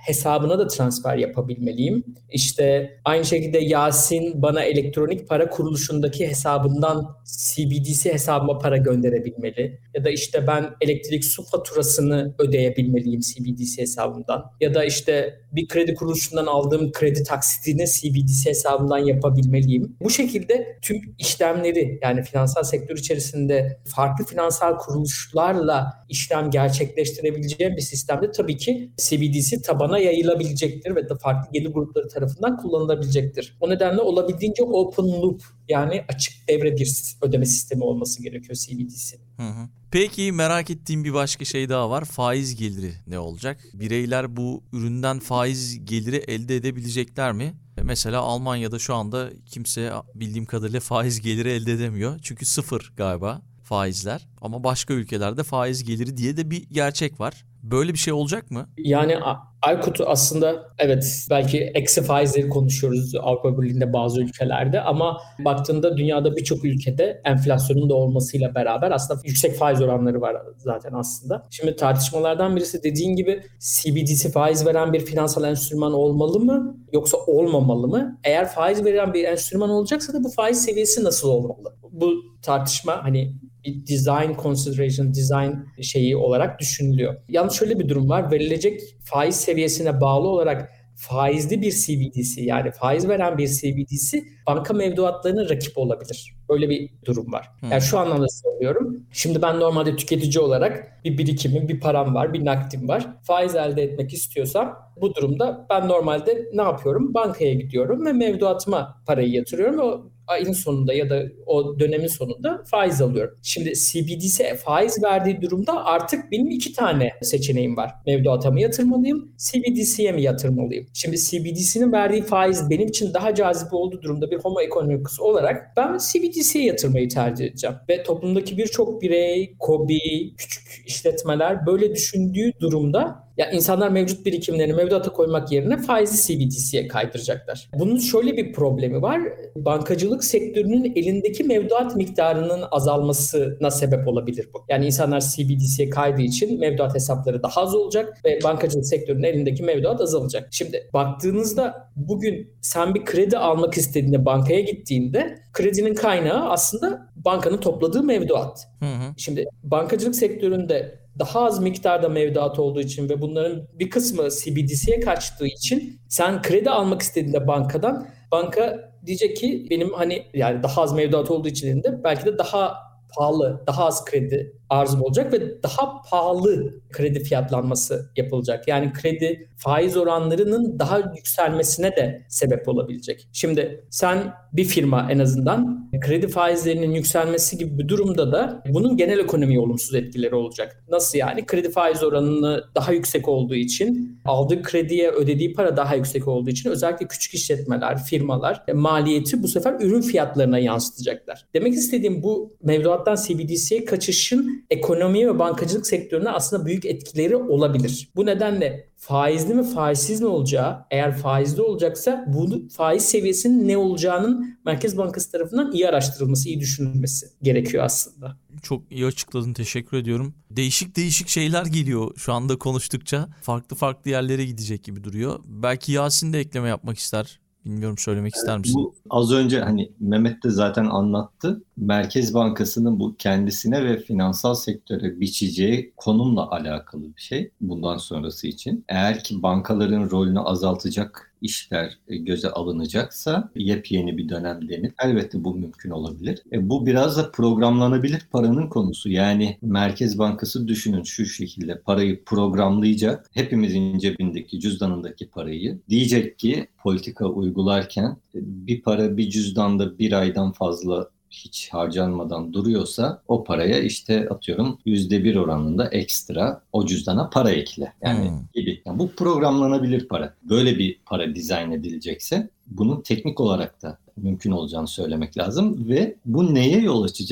hesabına da transfer yapabilmeliyim. İşte aynı şekilde Yasin bana elektronik para kuruluşundaki hesabından C B D C hesabıma para gönderebilmeli. Ya da işte ben elektrik su faturasını ödeyebilmeliyim C B D C hesabımdan. Ya da işte bir kredi kuruluşundan aldığım kredi taksitini C B D C hesabımdan yapabilmeliyim. Bu şekilde tüm işlemleri, yani finansal sektör içerisinde farklı finansal kuruluşlarla işlem gerçekleştirebileceğim bir sistemde tabii ki C B D C tabana yayılabilecektir ve de farklı gelir grupları tarafından kullanılabilecektir. O nedenle olabildiğince open loop, yani açık devre bir ödeme sistemi olması gerekiyor C B D C.
Hı hı. Peki merak ettiğim bir başka şey daha var. Faiz geliri ne olacak? Bireyler bu üründen faiz geliri elde edebilecekler mi? Mesela Almanya'da şu anda kimse bildiğim kadarıyla faiz geliri elde edemiyor. Çünkü sıfır galiba faizler. Ama başka ülkelerde faiz geliri diye de bir gerçek var. Böyle bir şey olacak mı?
Yani Aykut, aslında evet, belki eksi faizleri konuşuyoruz Avrupa Birliği'nde bazı ülkelerde, ama baktığında dünyada birçok ülkede enflasyonun da olmasıyla beraber aslında yüksek faiz oranları var zaten aslında. Şimdi tartışmalardan birisi, dediğin gibi C B D C faiz veren bir finansal enstrüman olmalı mı yoksa olmamalı mı? Eğer faiz veren bir enstrüman olacaksa da bu faiz seviyesi nasıl olmalı? Bu tartışma hani design consideration, design şeyi olarak düşünülüyor. Yalnız şöyle bir durum var. Verilecek faiz seviyesine bağlı olarak faizli bir C B D C, yani faiz veren bir C B D C banka mevduatlarına rakip olabilir. Böyle bir durum var. Hmm. Yani şu anlamda söylüyorum. Şimdi ben normalde tüketici olarak bir birikimim, bir param var, bir nakdim var. Faiz elde etmek istiyorsam bu durumda ben normalde ne yapıyorum? Bankaya gidiyorum ve mevduatıma parayı yatırıyorum. O ayın sonunda ya da o dönemin sonunda faiz alıyorum. Şimdi C B D C faiz verdiği durumda artık benim iki tane seçeneğim var. Mevduata mı yatırmalıyım, C B D C'ye mi yatırmalıyım? Şimdi C B D C'nin verdiği faiz benim için daha cazip olduğu durumda bir homo economicus olarak ben C B D C'ye yatırmayı tercih edeceğim. Ve toplumdaki birçok birey, KOBİ, küçük işletmeler böyle düşündüğü durumda ya insanlar mevcut birikimlerini mevduata koymak yerine faizli C B D C'ye kaydıracaklar. Bunun şöyle bir problemi var. Bankacılık sektörünün elindeki mevduat miktarının azalmasına sebep olabilir bu. Yani insanlar C B D C'ye kaydığı için mevduat hesapları daha az olacak ve bankacılık sektörünün elindeki mevduat azalacak. Şimdi baktığınızda bugün sen bir kredi almak istediğinde bankaya gittiğinde kredinin kaynağı aslında bankanın topladığı mevduat. Hı hı. Şimdi bankacılık sektöründe daha az miktarda mevduat olduğu için ve bunların bir kısmı C B D C'ye kaçtığı için sen kredi almak istediğinde bankadan, banka diyecek ki benim hani yani daha az mevduat olduğu için de belki de daha pahalı, daha az kredi arzum olacak ve daha pahalı kredi fiyatlanması yapılacak. Yani kredi faiz oranlarının daha yükselmesine de sebep olabilecek. Şimdi sen bir firma en azından kredi faizlerinin yükselmesi gibi bir durumda da bunun genel ekonomiye olumsuz etkileri olacak. Nasıl yani? Kredi faiz oranını daha yüksek olduğu için, aldığı krediye ödediği para daha yüksek olduğu için özellikle küçük işletmeler, firmalar maliyeti bu sefer ürün fiyatlarına yansıtacaklar. Demek istediğim bu mevduattan C B D C'ye kaçışın ekonomiye ve bankacılık sektörüne aslında büyük etkileri olabilir. Bu nedenle faizli mi faizsiz mi olacağı, eğer faizli olacaksa bu faiz seviyesinin ne olacağının Merkez Bankası tarafından iyi araştırılması, iyi düşünülmesi gerekiyor aslında.
Çok iyi açıkladın, teşekkür ediyorum. Değişik değişik şeyler geliyor şu anda konuştukça. Farklı farklı yerlere gidecek gibi duruyor. Belki Yasin de ekleme yapmak ister. Bilmiyorum, söylemek ister misin?
Bu az önce hani Mehmet de zaten anlattı. Merkez Bankası'nın bu kendisine ve finansal sektöre biçeceği konumla alakalı bir şey bundan sonrası için. Eğer ki bankaların rolünü azaltacak işler göze alınacaksa yepyeni bir dönem denir. Elbette bu mümkün olabilir. E, bu biraz da programlanabilir paranın konusu. Yani Merkez Bankası düşünün şu şekilde parayı programlayacak. Hepimizin cebindeki, cüzdanındaki parayı. Diyecek ki politika uygularken bir para bir cüzdanda bir aydan fazla hiç harcanmadan duruyorsa o paraya işte atıyorum yüzde bir oranında ekstra o cüzdana para ekle. Yani hmm. gibi. Yani bu programlanabilir para. Böyle bir para dizayn edilecekse bunun teknik olarak da mümkün olacağını söylemek lazım ve bu neye yol açacak?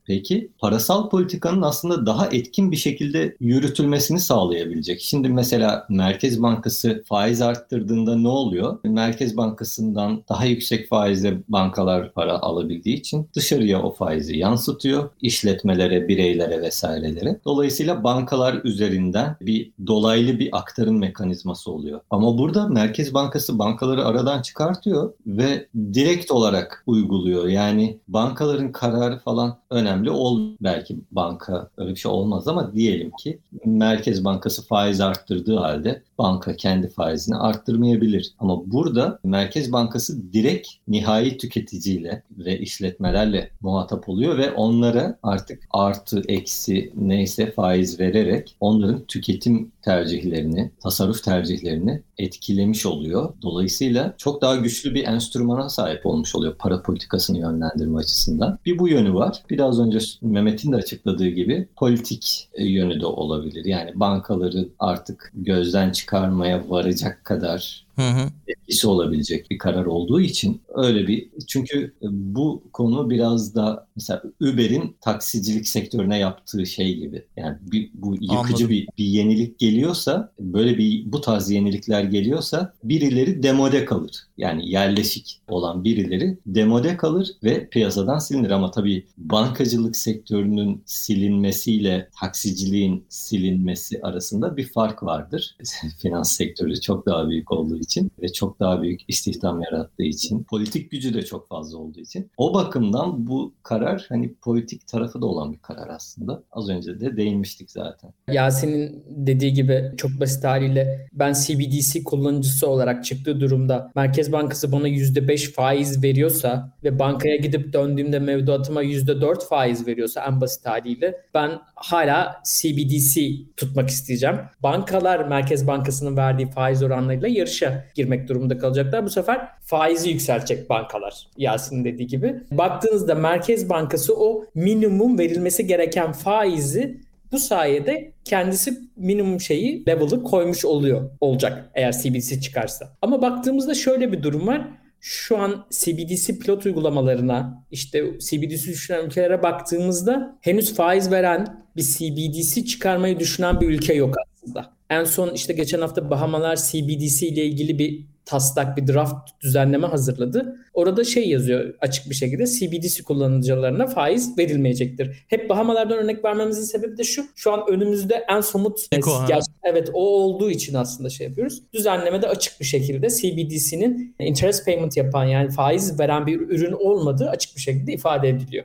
Peki parasal politikanın aslında daha etkin bir şekilde yürütülmesini sağlayabilecek. Şimdi mesela Merkez Bankası faiz arttırdığında ne oluyor? Merkez Bankası'ndan daha yüksek faizle bankalar para alabildiği için dışarıya o faizi yansıtıyor. İşletmelere, bireylere vesairelere. Dolayısıyla bankalar üzerinden bir dolaylı bir aktarım mekanizması oluyor. Ama burada Merkez Bankası bankaları aradan çıkartıyor ve direkt olarak uyguluyor. Yani bankaların kararı falan önemli ol. Belki banka öyle bir şey olmaz ama diyelim ki Merkez Bankası faiz arttırdığı halde banka kendi faizini arttırmayabilir. Ama burada Merkez Bankası direkt nihai tüketiciyle ve işletmelerle muhatap oluyor ve onlara artık artı, eksi neyse faiz vererek onların tüketim tercihlerini, tasarruf tercihlerini etkilemiş oluyor. Dolayısıyla çok daha güçlü bir enstrümana sahip olmuş oluyor para politikasını yönlendirme açısından. Bir bu yönü var. Biraz önce Mehmet'in de açıkladığı gibi politik yönü de olabilir. Yani bankaları artık gözden çıkarmaya varacak kadar Hı hı. etkisi olabilecek bir karar olduğu için öyle bir, çünkü bu konu biraz da mesela Uber'in taksicilik sektörüne yaptığı şey gibi. Yani bir, bu yıkıcı bir, bir yenilik geliyorsa, böyle bir bu tarz yenilikler geliyorsa birileri demode kalır. Yani yerleşik olan birileri demode kalır ve piyasadan silinir. Ama tabii bankacılık sektörünün silinmesiyle taksiciliğin silinmesi arasında bir fark vardır. Finans sektörü çok daha büyük olduğu için için ve çok daha büyük istihdam yarattığı için, politik gücü de çok fazla olduğu için. O bakımdan bu karar hani politik tarafı da olan bir karar aslında. Az önce de değinmiştik zaten.
Yasin'in dediği gibi çok basit haliyle ben C B D C kullanıcısı olarak çıktığı durumda Merkez Bankası bana yüzde beş faiz veriyorsa ve bankaya gidip döndüğümde mevduatıma yüzde dört faiz veriyorsa en basit haliyle ben hala C B D C tutmak isteyeceğim. Bankalar Merkez Bankası'nın verdiği faiz oranlarıyla yarışa girmek durumunda kalacaklar. Bu sefer faizi yükseltecek bankalar. Yasin'in dediği gibi. Baktığınızda Merkez Bankası o minimum verilmesi gereken faizi bu sayede kendisi minimum şeyi, level'ı koymuş oluyor olacak eğer C B D C çıkarsa. Ama baktığımızda şöyle bir durum var. Şu an C B D C pilot uygulamalarına, işte C B D C düşünen ülkelere baktığımızda henüz faiz veren bir C B D C çıkarmayı düşünen bir ülke yok aslında. En son işte geçen hafta Bahamalar C B D C ile ilgili bir taslak, bir draft düzenleme hazırladı. Orada şey yazıyor açık bir şekilde, C B D C kullanıcılarına faiz verilmeyecektir. Hep Bahamalardan örnek vermemizin sebebi de şu. Şu an önümüzde en somut
Eko,
gerçek, evet o olduğu için aslında şey yapıyoruz. Düzenlemede açık bir şekilde C B D C'nin interest payment yapan, yani faiz veren bir ürün olmadığı açık bir şekilde ifade ediliyor.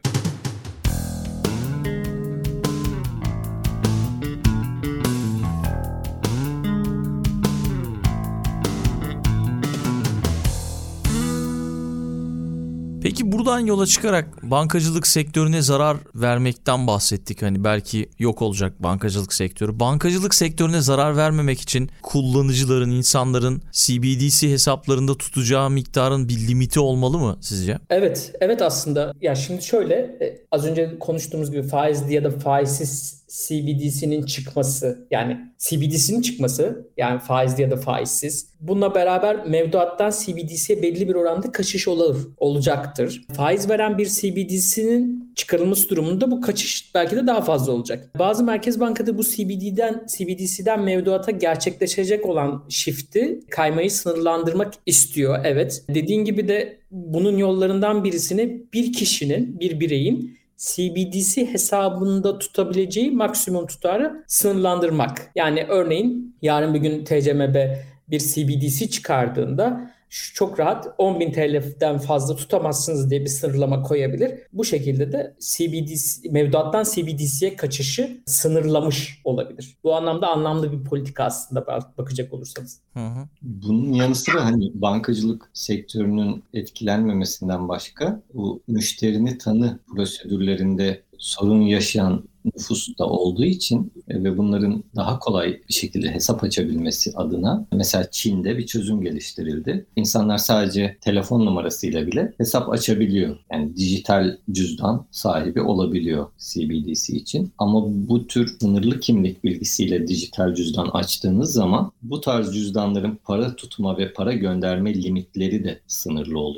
Peki buradan yola çıkarak bankacılık sektörüne zarar vermekten bahsettik. Hani belki yok olacak bankacılık sektörü. Bankacılık sektörüne zarar vermemek için kullanıcıların, insanların C B D C hesaplarında tutacağı miktarın bir limiti olmalı mı sizce?
Evet, evet aslında. Ya şimdi şöyle, az önce konuştuğumuz gibi faizli ya da faizsiz C B D C'nin çıkması, yani C B D C'nin çıkması, yani faizli ya da faizsiz. Bununla beraber mevduattan C B D C'ye belli bir oranda kaçış olur, olacaktır. Faiz veren bir C B D C'nin çıkarılması durumunda bu kaçış belki de daha fazla olacak. Bazı merkez bankaları bu C B D'den, C B D C'den mevduata gerçekleşecek olan shift'i, kaymayı sınırlandırmak istiyor. Evet. Dediğin gibi de bunun yollarından birisini bir kişinin, bir bireyin C B D C hesabında tutabileceği maksimum tutarı sınırlandırmak. Yani örneğin yarın bir gün T C M B bir C B D C çıkardığında çok rahat on bin T L'den fazla tutamazsınız diye bir sınırlama koyabilir. Bu şekilde de C B D C, mevduattan C B D C'ye kaçışı sınırlamış olabilir. Bu anlamda anlamlı bir politika aslında bakacak olursanız.
Hı hı.
Bunun yanı sıra hani bankacılık sektörünün etkilenmemesinden başka bu müşterini tanı prosedürlerinde sorun yaşayan nüfus da olduğu için ve bunların daha kolay bir şekilde hesap açabilmesi adına mesela Çin'de bir çözüm geliştirildi. İnsanlar sadece telefon numarasıyla bile hesap açabiliyor. Yani dijital cüzdan sahibi olabiliyor C B D C için. Ama bu tür sınırlı kimlik bilgisiyle dijital cüzdan açtığınız zaman bu tarz cüzdanların para tutma ve para gönderme limitleri de sınırlı oluyor.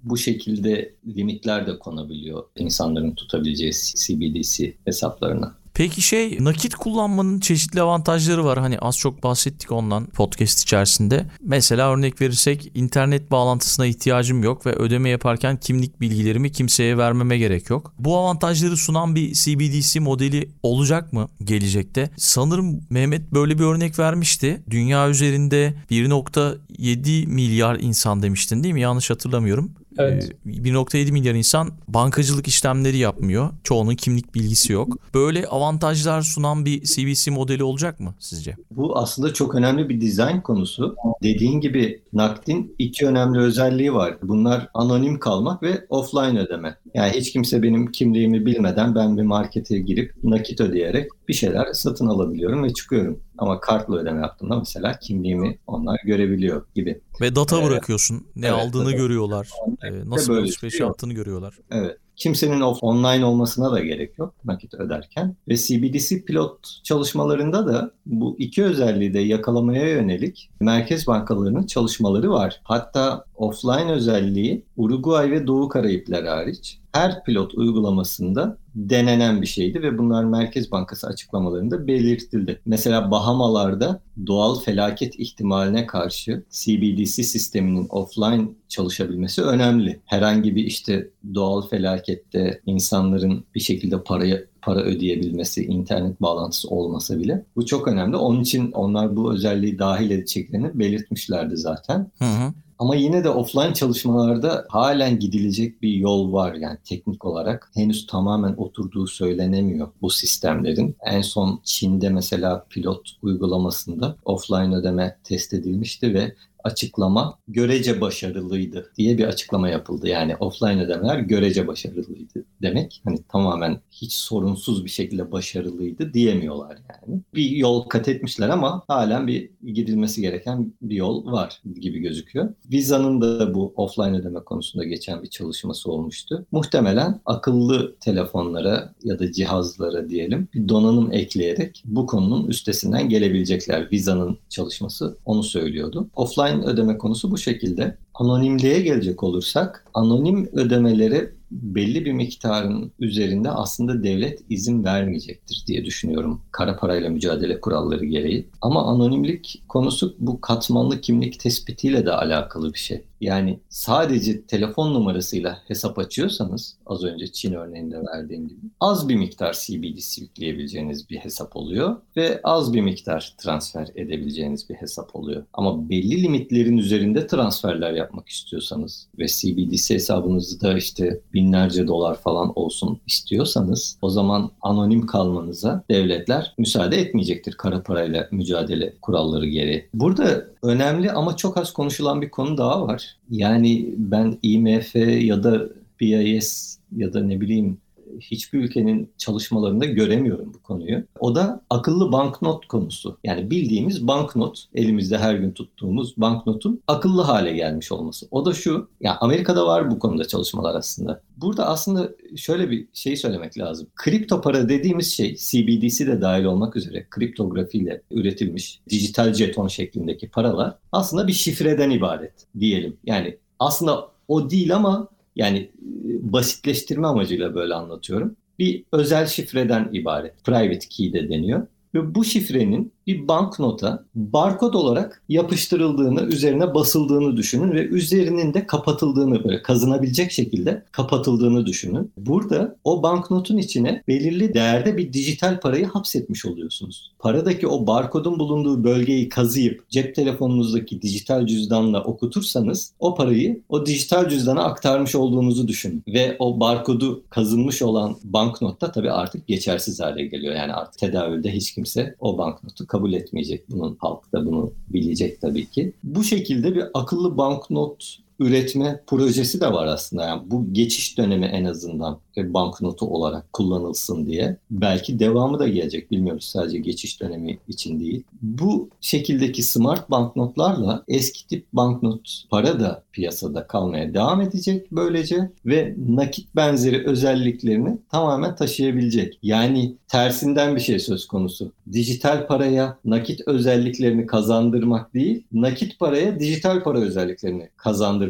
bu şekilde limitler de konabiliyor insanların tutabileceği C B D C hesaplarına.
Peki şey, nakit kullanmanın çeşitli avantajları var. Hani az çok bahsettik ondan podcast içerisinde. Mesela örnek verirsek, internet bağlantısına ihtiyacım yok ve ödeme yaparken kimlik bilgilerimi kimseye vermeme gerek yok. Bu avantajları sunan bir C B D C modeli olacak mı gelecekte? Sanırım Mehmet böyle bir örnek vermişti. Dünya üzerinde bir nokta yedi milyar insan demiştin değil mi? Yanlış hatırlamıyorum.
Evet.
bir nokta yedi milyar insan bankacılık işlemleri yapmıyor. Çoğunun kimlik bilgisi yok. Böyle avantajlar sunan bir C B D C modeli olacak mı sizce?
Bu aslında çok önemli bir dizayn konusu. Dediğin gibi nakdin iki önemli özelliği var. Bunlar anonim kalmak ve offline ödeme. Yani hiç kimse benim kimliğimi bilmeden ben bir markete girip nakit ödeyerek bir şeyler satın alabiliyorum ve çıkıyorum. Ama kartla ödeme yaptığımda mesela kimliğimi onlar görebiliyor gibi.
Ve data
Evet.
bırakıyorsun. Ne
Evet,
aldığını
data.
görüyorlar. Ee, nasıl bir
böyle
alışveriş
şey yok.
yaptığını görüyorlar.
Evet. Kimsenin off- online olmasına da gerek yok nakit öderken. Ve C B D C pilot çalışmalarında da bu iki özelliği de yakalamaya yönelik merkez bankalarının çalışmaları var. Hatta offline özelliği Uruguay ve Doğu Karayipler hariç her pilot uygulamasında denenen bir şeydi ve bunlar Merkez Bankası açıklamalarında belirtildi. Mesela Bahamalar'da doğal felaket ihtimaline karşı C B D C sisteminin offline çalışabilmesi önemli. Herhangi bir işte doğal felakette insanların bir şekilde parayı para ödeyebilmesi, internet bağlantısı olmasa bile bu çok önemli. Onun için onlar bu özelliği dahil edeceklerini belirtmişlerdi zaten.
Hı hı.
Ama yine de offline çalışmalarda halen gidilecek bir yol var. Yani teknik olarak henüz tamamen oturduğu söylenemiyor bu sistemlerin. En son Çin'de mesela pilot uygulamasında offline ödeme test edilmişti ve açıklama görece başarılıydı diye bir açıklama yapıldı. Yani offline ödemeler görece başarılıydı demek. Hani tamamen hiç sorunsuz bir şekilde başarılıydı diyemiyorlar yani. Bir yol kat etmişler ama halen bir gidilmesi gereken bir yol var gibi gözüküyor. Visa'nın da bu offline ödeme konusunda geçen bir çalışması olmuştu. Muhtemelen akıllı telefonlara ya da cihazlara diyelim bir donanım ekleyerek bu konunun üstesinden gelebilecekler. Visa'nın çalışması onu söylüyordu. Offline ödeme konusu bu şekilde. Anonimliğe gelecek olursak, anonim ödemelere belli bir miktarın üzerinde aslında devlet izin vermeyecektir diye düşünüyorum. Kara parayla mücadele kuralları gereği. Ama anonimlik konusu bu katmanlı kimlik tespitiyle de alakalı bir şey. Yani sadece telefon numarasıyla hesap açıyorsanız, az önce Çin örneğinde verdiğim gibi, az bir miktar C B D C yükleyebileceğiniz bir hesap oluyor ve az bir miktar transfer edebileceğiniz bir hesap oluyor. Ama belli limitlerin üzerinde transferler yapmak istiyorsanız ve C B D C hesabınızda işte binlerce dolar falan olsun istiyorsanız, o zaman anonim kalmanıza devletler müsaade etmeyecektir kara parayla mücadele kuralları gereği. Burada önemli ama çok az konuşulan bir konu daha var. Yani ben I M F ya da B I S ya da ne bileyim hiçbir ülkenin çalışmalarında göremiyorum bu konuyu. O da akıllı banknot konusu. Yani bildiğimiz banknot, elimizde her gün tuttuğumuz banknotun akıllı hale gelmiş olması. O da şu, ya Amerika'da var bu konuda çalışmalar aslında. Burada aslında şöyle bir şey söylemek lazım. Kripto para dediğimiz şey, C B D C de dahil olmak üzere kriptografiyle üretilmiş dijital jeton şeklindeki paralar aslında bir şifreden ibaret diyelim. Yani aslında o değil ama yani basitleştirme amacıyla böyle anlatıyorum. Bir özel şifreden ibaret. Private key de deniyor. Ve bu şifrenin bir banknota barkod olarak yapıştırıldığını, üzerine basıldığını düşünün ve üzerinin de kapatıldığını, böyle kazınabilecek şekilde kapatıldığını düşünün. Burada o banknotun içine belirli değerde bir dijital parayı hapsetmiş oluyorsunuz. Paradaki o barkodun bulunduğu bölgeyi kazıyıp cep telefonunuzdaki dijital cüzdanla okutursanız o parayı o dijital cüzdana aktarmış olduğunuzu düşünün. Ve o barkodu kazınmış olan banknot da tabii artık geçersiz hale geliyor. Yani artık tedavülde hiç kimse o banknotu kabul etmeyecek. Bunun halk da bunu bilecek tabii ki. Bu şekilde bir akıllı banknot üretme projesi de var aslında. Yani bu geçiş dönemi en azından banknotu olarak kullanılsın diye. Belki devamı da gelecek, bilmiyoruz, sadece geçiş dönemi için değil. Bu şekildeki smart banknotlarla eski tip banknot para da piyasada kalmaya devam edecek böylece ve nakit benzeri özelliklerini tamamen taşıyabilecek. Yani tersinden bir şey söz konusu. Dijital paraya nakit özelliklerini kazandırmak değil, nakit paraya dijital para özelliklerini kazandırmak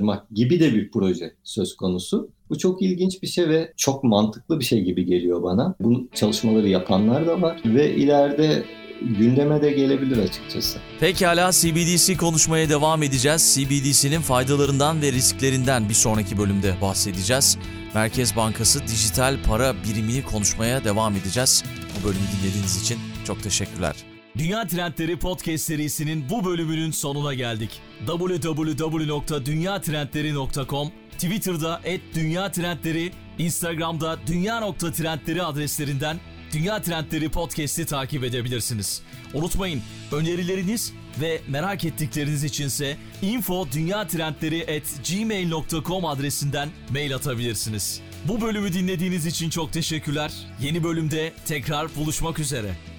arttırmak gibi de bir proje söz konusu. Bu çok ilginç bir şey ve çok mantıklı bir şey gibi geliyor bana. Bu çalışmaları yapanlar da var ve ileride gündeme de gelebilir açıkçası.
Pekala, C B D C konuşmaya devam edeceğiz. C B D C'nin faydalarından ve risklerinden bir sonraki bölümde bahsedeceğiz. Merkez Bankası dijital para birimini konuşmaya devam edeceğiz. Bu bölümü dinlediğiniz için çok teşekkürler.
Dünya Trendleri Podcast serisinin bu bölümünün sonuna geldik. double-u double-u double-u nokta dünya trendleri nokta com, Twitter'da et dünya trendleri, Instagram'da dünya nokta trendleri adreslerinden Dünya Trendleri Podcast'i takip edebilirsiniz. Unutmayın, önerileriniz ve merak ettikleriniz içinse info dünya trendleri at gmail nokta com adresinden mail atabilirsiniz. Bu bölümü dinlediğiniz için çok teşekkürler. Yeni bölümde tekrar buluşmak üzere.